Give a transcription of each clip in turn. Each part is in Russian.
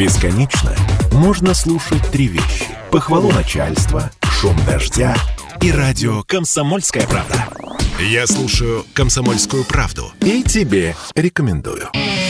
Бесконечно можно слушать три вещи: похвалу начальства, шум дождя и радио «Комсомольская правда». Я слушаю «Комсомольскую правду» и тебе рекомендую.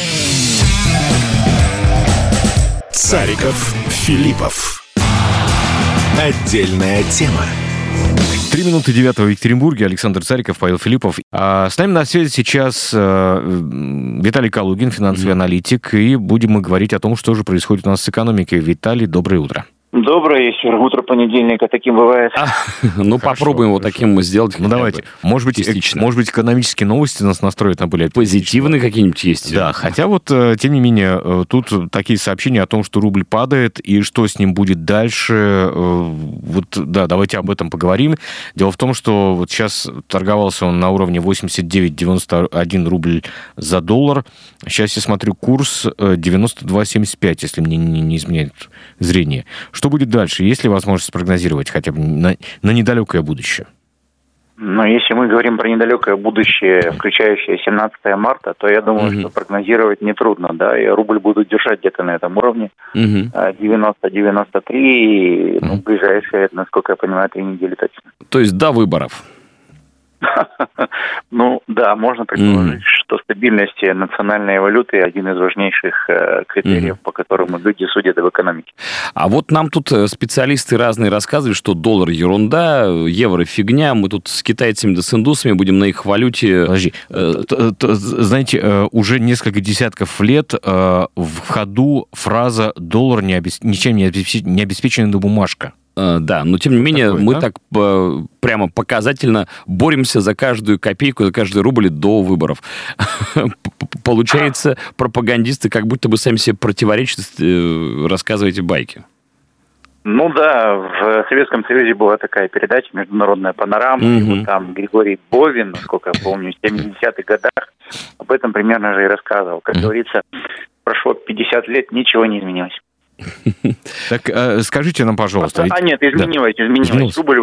Цариков, Филиппов. Отдельная тема. 3 минуты 9 в Екатеринбурге. Александр Цариков, Павел Филиппов. С нами на связи сейчас Виталий Калугин, финансовый аналитик. И будем мы говорить о том, что же происходит у нас с экономикой. Виталий, доброе утро. Доброе утро понедельника, таким бывает. Попробуем его таким сделать. Давайте. Может быть, экономические новости нас настроят на более позитивные какие-нибудь есть. Да, хотя тем не менее, тут такие сообщения о том, что рубль падает, и что с ним будет дальше. Давайте об этом поговорим. Дело в том, что сейчас торговался он на уровне 89,91 рубль за доллар. Сейчас я смотрю, курс 92,75, если мне не изменяет зрение. Что будет дальше? Есть ли возможность спрогнозировать хотя бы на недалекое будущее? Если мы говорим про недалекое будущее, включающее 17 марта, то я думаю, что прогнозировать нетрудно, да, и рубль будут держать где-то на этом уровне, 90-93, ближайшие, насколько я понимаю, 3 недели точно. То есть до выборов? Да, можно предположить, что стабильность национальной валюты один из важнейших критериев, по которым люди судят об экономике. А вот нам тут специалисты разные рассказывали, что доллар ерунда, евро фигня, мы тут с китайцами да с индусами будем на их валюте... Подожди, знаете, уже несколько десятков лет в ходу фраза «доллар ничем не обеспеченная бумажка». Да, но тем не менее мы так прямо показательно боремся за каждую копейку, за каждый рубль до выборов. Получается, пропагандисты как будто бы сами себе противоречат, рассказываете байки. В Советском Союзе была такая передача «Международная панорама», и вот там Григорий Бовин, насколько я помню, в 70-х годах об этом примерно же и рассказывал. Как говорится, прошло 50 лет, ничего не изменилось. Так скажите нам, пожалуйста. Изменилось. Рубль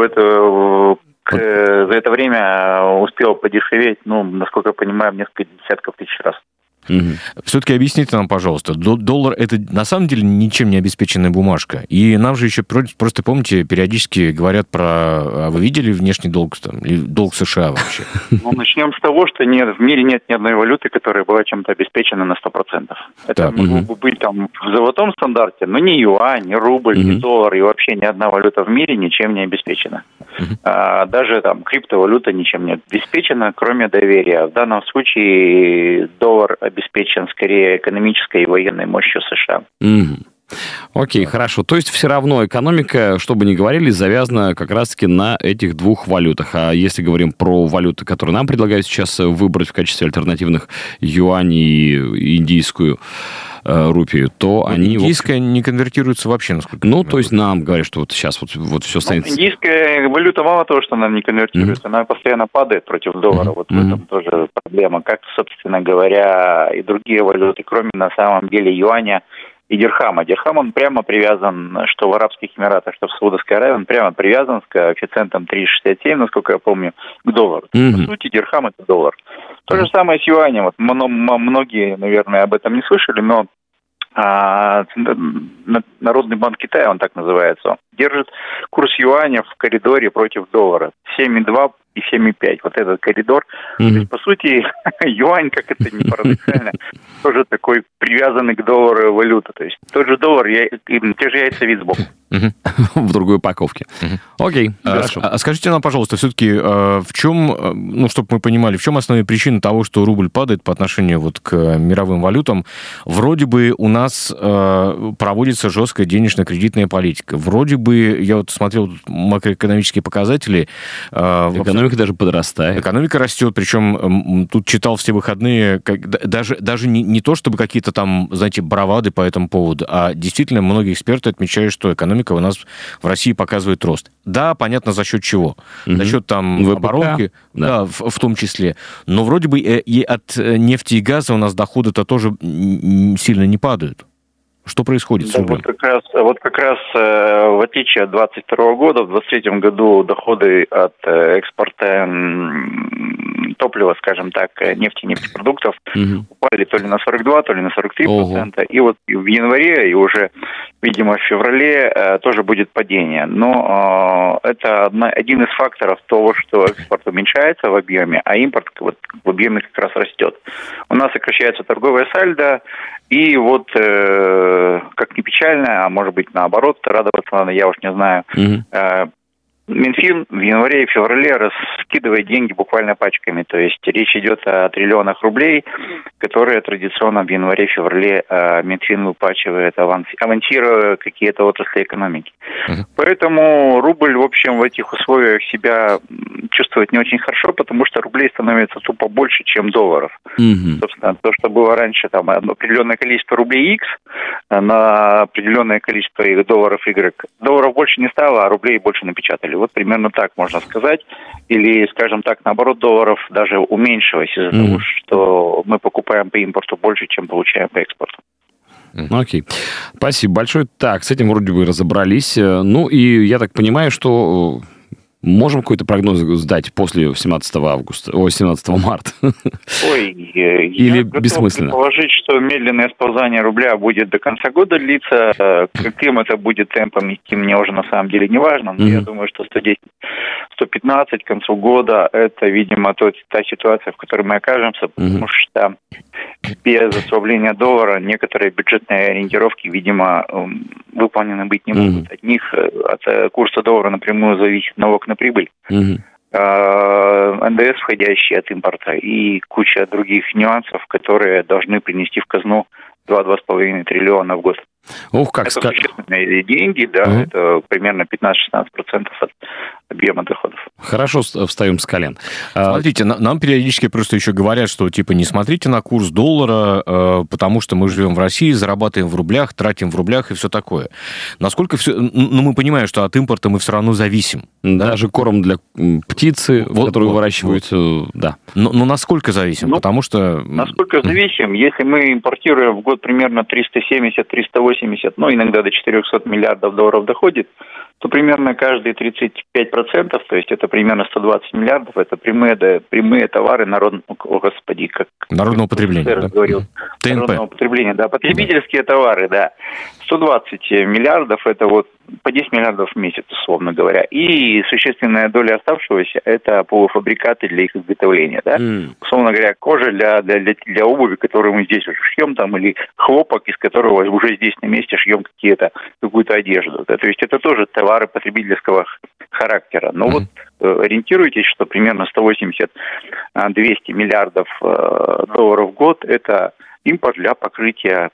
за это время успел подешеветь, насколько я понимаю, в несколько десятков тысяч раз. Все-таки объясните нам, пожалуйста, доллар – это на самом деле ничем не обеспеченная бумажка. И нам же еще просто, помните, периодически говорят про... А вы видели внешний долг, или долг США вообще? Начнем с того, что в мире нет ни одной валюты, которая была чем-то обеспечена на 100%. Это могло бы быть там в золотом стандарте, но ни юань, ни рубль, ни доллар, и вообще ни одна валюта в мире ничем не обеспечена. Даже там криптовалюта ничем не обеспечена, кроме доверия. В данном случае доллар обеспечен скорее экономической и военной мощью США. Окей, хорошо. То есть все равно экономика, что бы ни говорили, завязана как раз-таки на этих двух валютах. А если говорим про валюты, которые нам предлагают сейчас выбрать в качестве альтернативных юань и индийскую рупию, то они... Индийская не конвертируется вообще, насколько я то есть нам говорят, что сейчас вот все станет... Индийская валюта мало того, что она не конвертируется, она постоянно падает против доллара. В этом тоже проблема. Как, собственно говоря, и другие валюты, кроме на самом деле юаня и дирхама. Дирхам, он прямо привязан, что в Арабских Эмиратах, что в Саудовской Аравии, он прямо привязан с коэффициентом 3,67, насколько я помню, к доллару. По сути, дирхам – это доллар. То же самое с юанем. Многие, наверное, об этом не слышали, но Народный банк Китая, он так называется, держит курс юаня в коридоре против доллара 7,2 и 7,5. Вот этот коридор. То есть, по сути, юань, как это ни парадоксально, тоже такой привязанный к доллару валюта. То есть тот же доллар, те же яйца вид сбоку. В другой упаковке. Окей, хорошо. А скажите нам, пожалуйста, все-таки в чем, чтобы мы понимали, в чем основная причина того, что рубль падает по отношению к мировым валютам? Вроде бы у нас проводится жесткая денежно-кредитная политика. Вроде бы, я смотрел макроэкономические показатели. Экономика даже подрастает. Экономика растет, причем тут читал все выходные, даже не то, чтобы какие-то там, знаете, бравады по этому поводу, а действительно многие эксперты отмечают, что экономика у нас в России показывает рост. Да, понятно, за счет чего. За счет там оборонки, да, в том числе. Но вроде бы и от нефти и газа у нас доходы-то тоже сильно не падают. Что происходит с рублем? Вот как раз в отличие от 2022 года, в 2023 году доходы от экспорта топлива, скажем так, нефти, нефтепродуктов упали то ли на 42, то ли на 43%. И вот в январе и уже, видимо, в феврале тоже будет падение. Но это один из факторов того, что экспорт уменьшается в объеме, а импорт вот в объеме как раз растет. У нас сокращается торговая сальдо, и вот, как ни печально, а может быть наоборот, радоваться надо, я уж не знаю, Минфин в январе и феврале раскидывает деньги буквально пачками. То есть речь идет о триллионах рублей, которые традиционно в январе-феврале Минфин выплачивает, авансируя какие-то отрасли экономики. Поэтому рубль, в общем, в этих условиях себя чувствует не очень хорошо, потому что рублей становится тупо больше, чем долларов. Собственно, то, что было раньше, там, определенное количество рублей X на определенное количество долларов Y. Долларов больше не стало, а рублей больше напечатали. Вот примерно так можно сказать. Или, скажем так, наоборот, долларов даже уменьшилось из-за того, что мы покупаем по импорту больше, чем получаем по экспорту. Окей. Спасибо большое. Так, с этим вроде бы разобрались. Ну, и я так понимаю, что можем какой-то прогноз сдать после 17 марта? Ой, или бессмысленно? Я готов предположить, что медленное сползание рубля будет до конца года длиться. Каким это будет темпом идти, мне уже на самом деле не важно. Но я думаю, что 110, 115 к концу года – это, видимо, та ситуация, в которой мы окажемся, потому что без ослабления доллара некоторые бюджетные ориентировки, видимо, выполнены быть не могут. От них, от курса доллара напрямую зависит налог на прибыль, НДС, входящий от импорта, и куча других нюансов, которые должны принести в казну 2-2,5 триллиона в год. Ух, как это существенные деньги, да, это примерно 15-16% от объема доходов. Хорошо, встаем с колен. Смотрите, нам периодически просто еще говорят, что типа не смотрите на курс доллара, потому что мы живем в России, зарабатываем в рублях, тратим в рублях и все такое. Насколько все... Ну, мы понимаем, что от импорта мы все равно зависим. Даже корм для птицы, которую выращивают, да. Но насколько зависим? Потому что... Насколько зависим? Если мы импортируем в год примерно 370-380, ну, иногда до 400 миллиардов долларов доходит, то примерно каждые 35%, то есть это примерно 120 миллиардов, это прямые товары народного потребления. Да? Говорил, народного потребления, да, потребительские товары, да. 120 миллиардов, это вот по 10 миллиардов в месяц, условно говоря. И существенная доля оставшегося – это полуфабрикаты для их изготовления, да. Условно говоря, кожа для обуви, которую мы здесь уже шьем, там, или хлопок, из которого уже здесь на месте шьем какую-то одежду. Да? То есть это тоже товары потребительского характера. Но вот ориентируйтесь, что примерно 180-200 миллиардов долларов в год – это импорт для покрытия,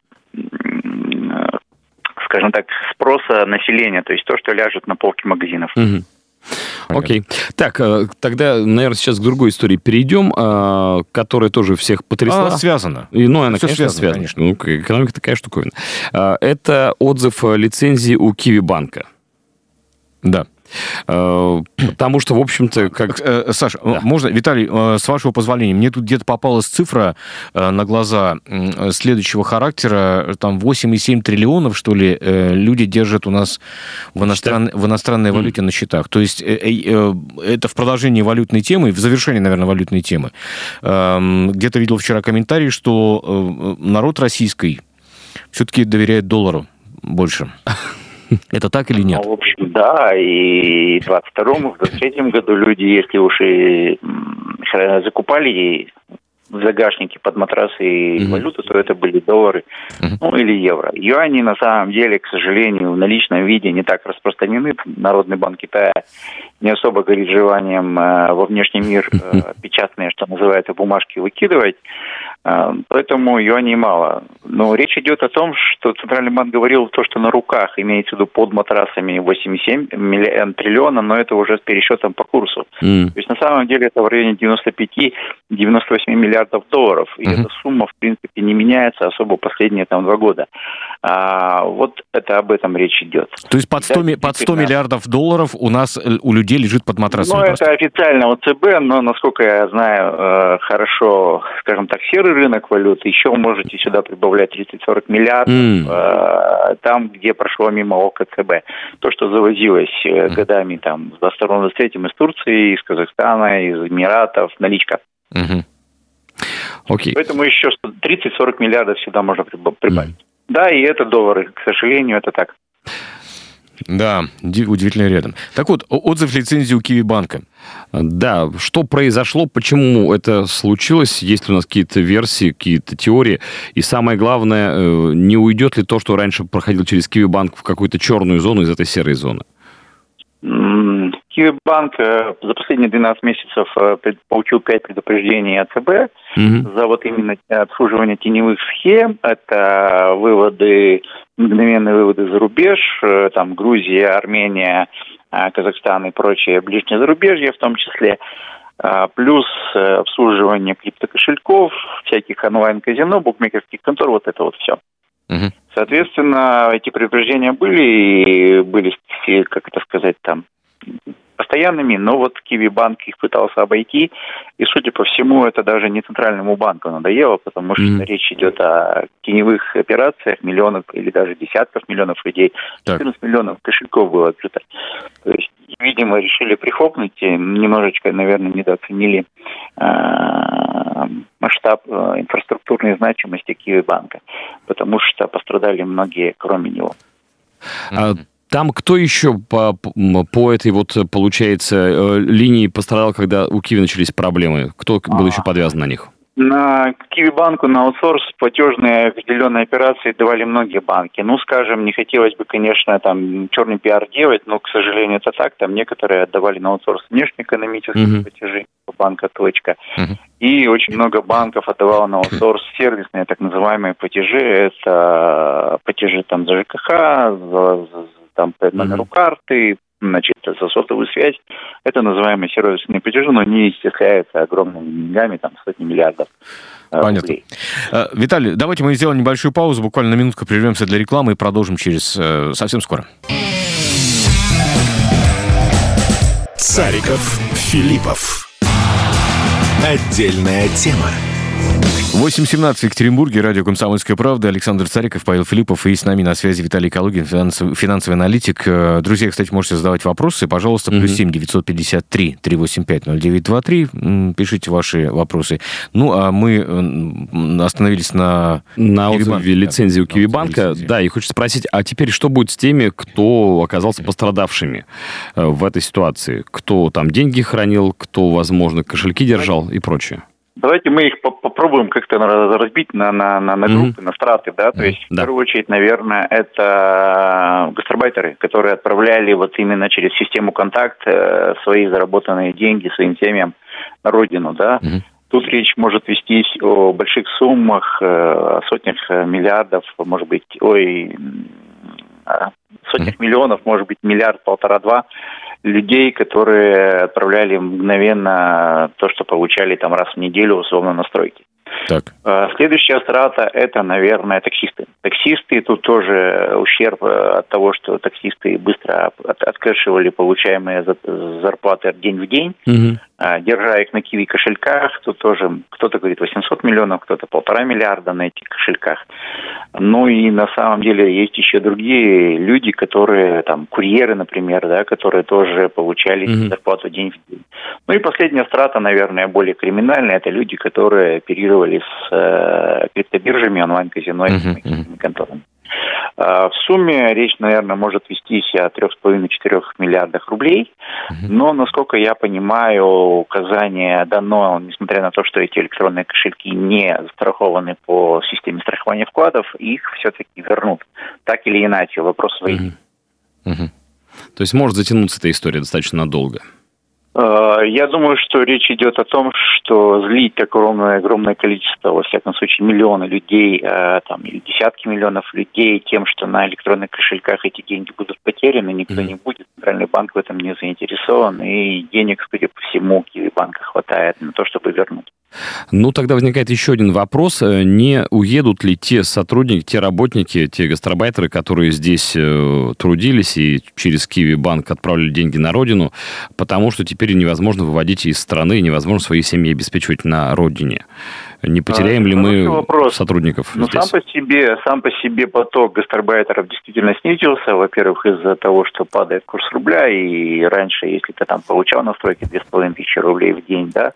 скажем так, спроса населения, то есть то, что ляжет на полки магазинов. Окей. Так, тогда, наверное, сейчас к другой истории перейдем, которая тоже всех потрясла. Связана. Она, конечно, связана. Ну, экономика такая штуковина. Это отзыв лицензии у Киви-банка. Да. Потому что, в общем-то, как... Саша, можно, Виталий, с вашего позволения, мне тут где-то попалась цифра на глаза следующего характера, там 8,7 триллионов, что ли, люди держат у нас в иностранной валюте на счетах. То есть это в продолжении валютной темы, в завершении, наверное, валютной темы. Где-то видел вчера комментарий, что народ российский все-таки доверяет доллару больше. Это так или нет? Ну, в общем, да, и в 22-м, в 23-м году люди, если уж и закупали в загашнике под матрасы и валюту, то это были доллары, ну, или евро. Юани, на самом деле, к сожалению, в наличном виде не так распространены. Народный банк Китая не особо горит желанием во внешний мир печатные, что называется, бумажки выкидывать. Поэтому юаней мало. Но речь идет о том, что Центральный банк говорил то, что на руках, имеется в виду под матрасами 8,7 триллиона, но это уже с пересчетом по курсу. То есть на самом деле это в районе 95-98 миллиардов долларов. И эта сумма, в принципе, не меняется особо последние 2 года. Вот это об этом речь идет. То есть под 100 миллиардов долларов у нас, у людей лежит под матрасами? Ну, это официально от ЦБ, но, насколько я знаю, хорошо, скажем так, серый рынок валют, еще можете сюда прибавлять 30-40 миллиардов, там, где прошло мимо ока ЦБ. То, что завозилось годами там с 22-23 из Турции, из Казахстана, из Эмиратов, наличка. Окей. Поэтому еще 30-40 миллиардов всегда можно прибавить. Да, и это доллары, к сожалению, это так. Да, удивительно рядом. Так вот, отзыв лицензии у Киви-банка. Да, что произошло, почему это случилось, есть ли у нас какие-то версии, какие-то теории, и самое главное, не уйдет ли то, что раньше проходил через Киви-банк в какую-то черную зону из этой серой зоны? Киви-банк за последние 12 месяцев получил 5 предупреждений АЦБ за вот именно обслуживание теневых схем. Это мгновенные выводы за рубеж, там Грузия, Армения, Казахстан и прочее ближнее зарубежье в том числе. Плюс обслуживание криптокошельков, всяких онлайн-казино, букмекерских контор, вот это вот все. Соответственно, эти предупреждения были, как это сказать, там, постоянными, но вот Киви-банк их пытался обойти, и, судя по всему, это даже не центральному банку надоело, потому что речь идет о теневых операциях миллионов или даже десятков миллионов людей. 14 миллионов кошельков было открыто. То есть, видимо, решили прихлопнуть, немножечко, наверное, недооценили масштаб инфраструктурной значимости Киви-банка, потому что пострадали многие, кроме него. Там кто еще по этой вот, получается, линии пострадал, когда у Киви начались проблемы? Кто был еще подвязан на них? На Киви-банку на аутсорс платежные определенные операции давали многие банки. Ну, скажем, не хотелось бы, конечно, там черный пиар делать, но, к сожалению, это так. Там некоторые отдавали на аутсорс внешнеэкономические платежи, банка «Точка». И очень много банков отдавало на аутсорс сервисные так называемые платежи. Это платежи там за ЖКХ, там по номеру карты, значит, за сотовую связь. Это называемые сервисные платежи, но они исчисляются огромными деньгами, там сотни миллиардов рублей. Виталий, давайте мы сделаем небольшую паузу, буквально на минутку прервемся для рекламы и продолжим совсем скоро. Цариков, Филиппов. Отдельная тема. 8:17 в Екатеринбурге, радио «Комсомольская правда». Александр Цариков, Павел Филиппов, и с нами на связи Виталий Калугин, финансовый аналитик. Друзья, кстати, можете задавать вопросы. Пожалуйста, +7 953 385 0923. Пишите ваши вопросы. Ну, а мы остановились на отзыве лицензии у Киви-банка. Да, и хочется спросить, а теперь что будет с теми, кто оказался пострадавшими в этой ситуации? Кто там деньги хранил, кто, возможно, кошельки держал и прочее? Давайте мы их попробуем как-то разбить на группы, на страты, да, то есть в первую очередь, наверное, это гастарбайтеры, которые отправляли вот именно через систему «Контакт» свои заработанные деньги своим семьям на родину, да. Тут речь может вестись о больших суммах, о сотнях миллиардов, может быть, сотнях миллионов, может быть, миллиард, полтора-два людей, которые отправляли мгновенно то, что получали там раз в неделю, условно, на стройке. Так. Следующая страта – это, наверное, таксисты. Таксисты, тут тоже ущерб от того, что таксисты быстро откэшивали получаемые зарплаты день в день, держа их на Киви кошельках. Тут тоже кто-то говорит 800 миллионов, кто-то 1,5 миллиарда на этих кошельках. Ну и на самом деле есть еще другие люди, которые, там, курьеры, например, да, которые тоже получали зарплату день в день. Ну и последняя страта, наверное, более криминальная, это люди, которые оперировали с криптобиржами, онлайн-казино и конторами. В сумме речь, наверное, может вестись о 3,5-4 миллиардах рублей, но, насколько я понимаю, указание дано, несмотря на то, что эти электронные кошельки не застрахованы по системе страхования вкладов, их все-таки вернут. Так или иначе, вопрос войны. То есть может затянуться эта история достаточно надолго? Я думаю, что речь идет о том, что злить такое огромное количество, во всяком случае, миллионы людей, там, или десятки миллионов людей тем, что на электронных кошельках эти деньги будут потеряны, никто не будет. Центральный банк в этом не заинтересован, и денег, судя по всему, Киви-банка хватает на то, чтобы вернуть. Ну, тогда возникает еще один вопрос. Не уедут ли те сотрудники, те работники, те гастарбайтеры, которые здесь трудились и через Киви-банк отправили деньги на родину, потому что теперь невозможно выводить из страны, невозможно свои семьи обеспечивать на родине? Не потеряем ли мы сотрудников здесь? Сам по себе поток гастарбайтеров действительно снизился. Во-первых, из-за того, что падает курс рубля, и раньше, если ты там получал на стройке 2500 рублей в день, да,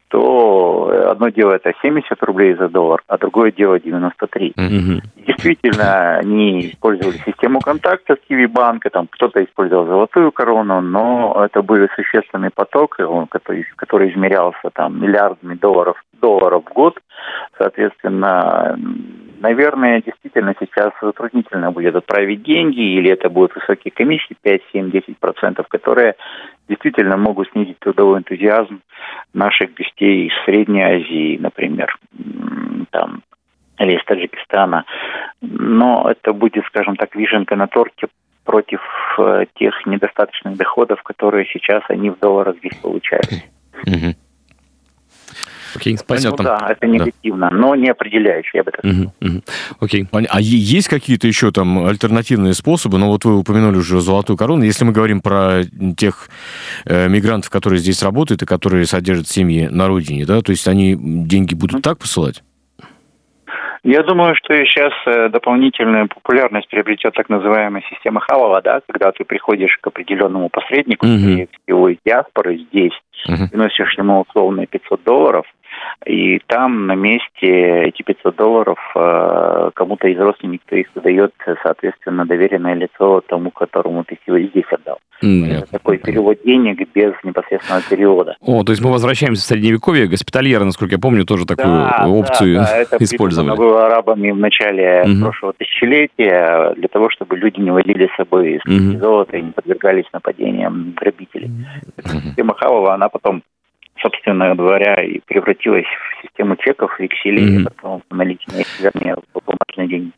то одно дело это 70 рублей за доллар, а другое дело 93. Действительно, они использовали систему контакта с Киви-банка, там кто-то использовал золотую корону, но это был существенный поток, который измерялся там миллиардами долларов в год. Соответственно, наверное, действительно сейчас затруднительно будет отправить деньги, или это будут высокие комиссии, 5, 7, 10%, которые действительно могут снизить трудовой энтузиазм наших гостей из Средней Азии, например, там, или из Таджикистана. Но это будет, скажем так, вишенка на торте против тех недостаточных доходов, которые сейчас они в долларах здесь получают. Окей, спасибо. Ну да, это негативно, но не определяющее, я бы так сказал. Окей. А есть какие-то еще там альтернативные способы? Ну, вот вы упомянули уже золотую корону. Если мы говорим про тех мигрантов, которые здесь работают и которые содержат семьи на родине, да, то есть они деньги будут так посылать? Я думаю, что сейчас дополнительную популярность приобретет так называемая система Хавала, да, когда ты приходишь к определенному посреднику, скорее всего, из диаспоры здесь, приносишь ему условные $500, и там на месте эти $500 кому-то из родственников их выдает, соответственно, доверенное лицо тому, которому ты его здесь отдал. Это такой перевод денег без непосредственного перевода. То есть мы возвращаемся в Средневековье. Госпитальеры, насколько я помню, тоже такую опцию это использовали. Это было арабами в начале прошлого тысячелетия для того, чтобы люди не возили с собой золото и не подвергались нападениям грабителей. Система Хавала, она потом, собственно говоря, и превратилась в систему чеков, векселей, и потом наличные, вернее, бумажные деньги.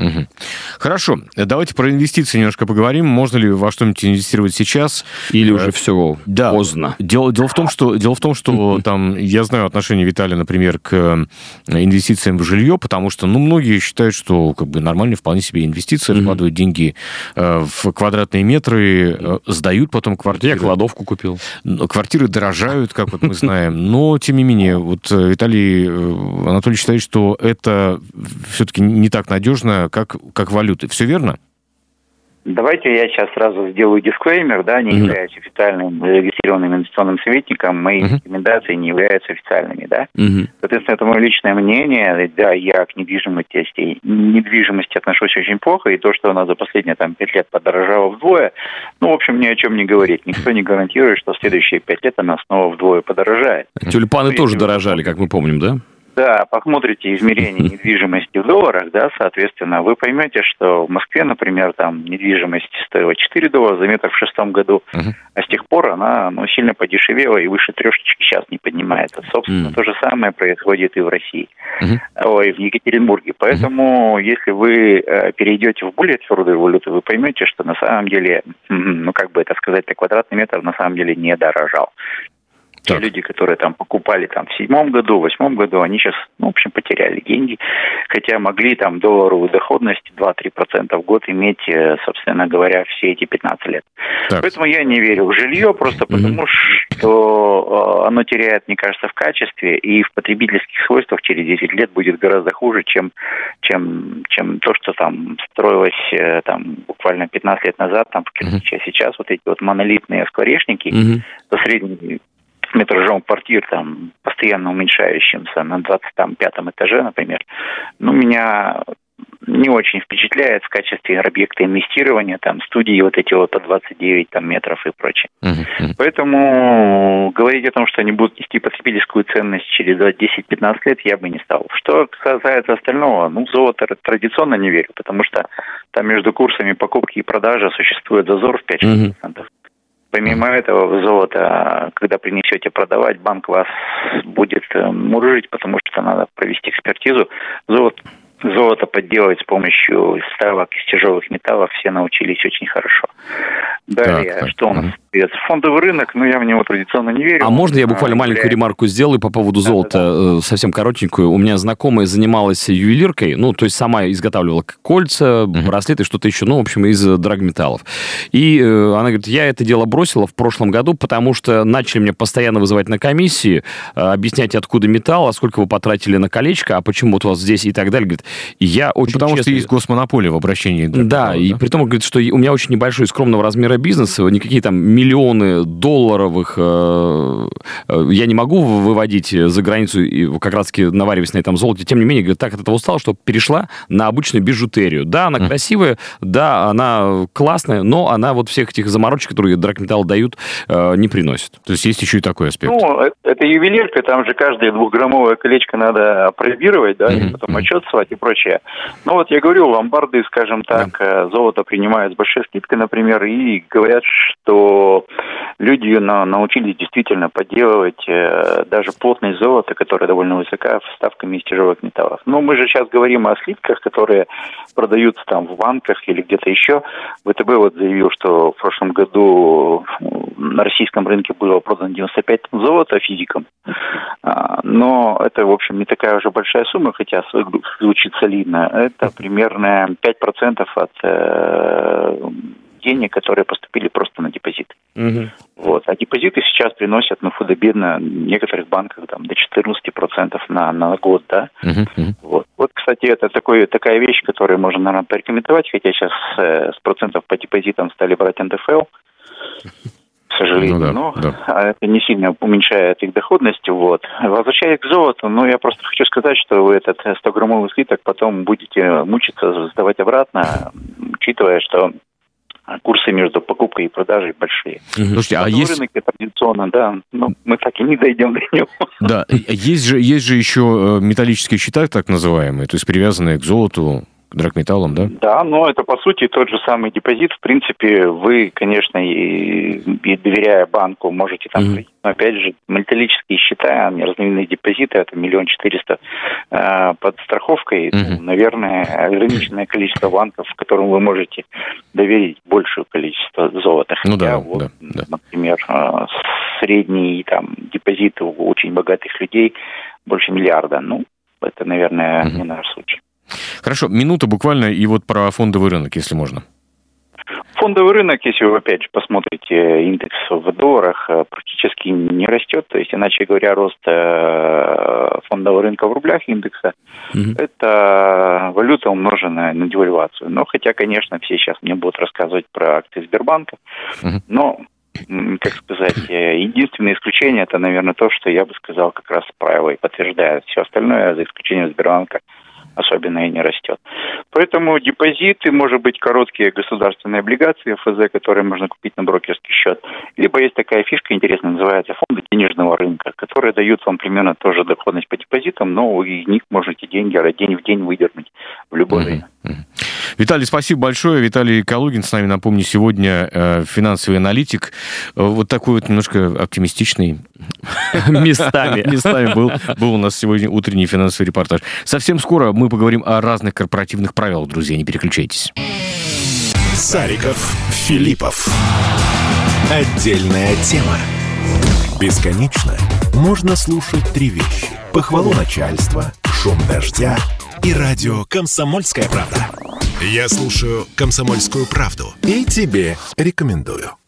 Хорошо. Давайте про инвестиции немножко поговорим. Можно ли во что-нибудь инвестировать сейчас? Или уже все поздно? Дело в том, что там, я знаю отношение Виталия, например, к инвестициям в жилье, потому что, многие считают, что как бы нормальные вполне себе инвестиции, вкладывают деньги в квадратные метры, сдают потом квартиры. Я кладовку купил. Квартиры дорожают, как вот мы знаем. Но, тем не менее, вот Виталий Анатольевич считает, что это все-таки не так надежно, как валюты. Все верно? Давайте я сейчас сразу сделаю дисклеймер, да, не являюсь официальным зарегистрированным инвестиционным советником, мои рекомендации не являются официальными, да. Соответственно, это мое личное мнение, да, я к недвижимости отношусь очень плохо, и то, что она за последние 5 лет подорожала вдвое, в общем, ни о чем не говорит. Никто не гарантирует, что в следующие 5 лет она снова вдвое подорожает. Тюльпаны тоже дорожали, как мы помним, да? Да, посмотрите измерение недвижимости в долларах, да, соответственно, вы поймете, что в Москве, например, там недвижимость стоила $4 за метр в 2006 году, а с тех пор она сильно подешевела и выше 3 сейчас не поднимается. Собственно, то же самое происходит и в России, в Екатеринбурге. Поэтому, если вы перейдете в более твердую валюту, вы поймете, что на самом деле, квадратный метр на самом деле не дорожал. Те люди, которые там покупали в 2007 году, в 2008 году, они сейчас, потеряли деньги, хотя могли долларовую доходность 2-3% в год иметь, собственно говоря, все эти 15 лет. Поэтому я не верю в жилье, просто потому что оно теряет, мне кажется, в качестве и в потребительских свойствах через 10 лет будет гораздо хуже, чем то, что строилось буквально 15 лет назад, сейчас вот эти монолитные скворечники со средней метражом квартир, постоянно уменьшающимся на 25-м этаже, например, меня не очень впечатляет в качестве объекта инвестирования, студии по 29 метров и прочее. Поэтому говорить о том, что они будут нести потребительскую ценность через 10-15 лет, я бы не стал. Что касается остального, в золото традиционно не верю, потому что там между курсами покупки и продажи существует зазор в 5-6%. Помимо этого, в золото, когда принесете продавать, банк вас будет мурыжить, потому что надо провести экспертизу. Золото подделывать с помощью вставок из тяжелых металлов все научились очень хорошо. Далее, что у нас? Фондовый рынок, я в него традиционно не верю. А можно я буквально маленькую ремарку сделаю по поводу золота, совсем коротенькую? У меня знакомая занималась ювелиркой, то есть сама изготавливала кольца, браслеты, что-то еще, в общем, из драгметаллов. И она говорит, я это дело бросила в прошлом году, потому что начали меня постоянно вызывать на комиссии, объяснять, откуда металл, а сколько вы потратили на колечко, а почему вот у вас здесь и так далее. Говорит, я очень Потому что есть госмонополия в обращении. Да, и при том, говорит, что у меня очень небольшой скромного размера бизнес, никакие там миллионы долларовых я не могу выводить за границу и как раз-таки навариваясь на этом золоте. Тем не менее, говорит, так от этого устал, что перешла на обычную бижутерию. Да, она красивая, да, она классная, но она вот всех этих заморочек, которые драгметаллы дают, не приносит. То есть есть еще и такой аспект. Ну, это ювелирка, там же каждое 2-граммовое колечко надо пробировать, да, и потом отчет свать и прочее. Ну, вот я говорю, ломбарды, скажем так, золото принимают с большой скидкой, например, и говорят, что люди научились действительно подделывать даже плотность золота, которая довольно высока, вставками из тяжелых металлов. Но мы же сейчас говорим о слитках, которые продаются там в банках или где-то еще. ВТБ вот заявил, что в прошлом году на российском рынке было продано 95 тонн золота физикам. Но это, в общем, не такая уже большая сумма, хотя звучит солидно. Это примерно 5% от денег, которые поступили просто на депозит. Вот. А депозиты сейчас приносят, худо-бедно, в некоторых банках там, до 14% на год, да. Вот, кстати, это такая вещь, которую можно, наверное, порекомендовать, хотя сейчас с процентов по депозитам стали брать НДФЛ, к сожалению, это не сильно уменьшает их доходность. Вот. Возвращаясь к золоту, я просто хочу сказать, что вы этот 100-граммовый слиток потом будете мучиться сдавать обратно, учитывая, что курсы между покупкой и продажей большие. Слушайте, а есть... рынок традиционно, да, но мы так и не дойдем до него. Да, есть же еще металлические счета, так называемые, то есть привязанные к золоту, к драгметаллам, да? Да, но это, по сути, тот же самый депозит. В принципе, вы, конечно, и доверяя банку, можете там... Но, опять же, металлические счета, разновидные депозиты, это 1 400 000 под страховкой. Наверное, ограниченное количество банков, которым вы можете доверить большее количество золота. Например, средний депозит у очень богатых людей больше 1 миллиарда. Это, наверное, не наш случай. Хорошо, минута буквально, и вот про фондовый рынок, если можно. Фондовый рынок, если вы опять же посмотрите индекс в долларах, практически не растет. То есть, иначе говоря, рост фондового рынка в рублях индекса это валюта, умноженная на девальвацию. Но хотя, конечно, все сейчас мне будут рассказывать про акции Сбербанка, но, как сказать, единственное исключение это, наверное, то, что я бы сказал, как раз правило и подтверждает. Все остальное, за исключением Сбербанка, особенно и не растет. Поэтому депозиты, может быть, короткие государственные облигации, ФЗ, которые можно купить на брокерский счет. Либо есть такая фишка интересная, называется фонды денежного рынка, которые дают вам примерно тоже доходность по депозитам, но из них можете деньги день в день выдернуть в любое время. Виталий, спасибо большое. Виталий Калугин с нами, напомню, сегодня финансовый аналитик. Вот такой вот немножко оптимистичный местами был у нас сегодня утренний финансовый репортаж. Совсем скоро мы поговорим о разных корпоративных правилах, друзья, не переключайтесь. Сариков, Филиппов. Отдельная тема. Бесконечно можно слушать 3 вещи. Похвалу начальства, шум дождя и радио «Комсомольская правда». Я слушаю «Комсомольскую правду» и тебе рекомендую.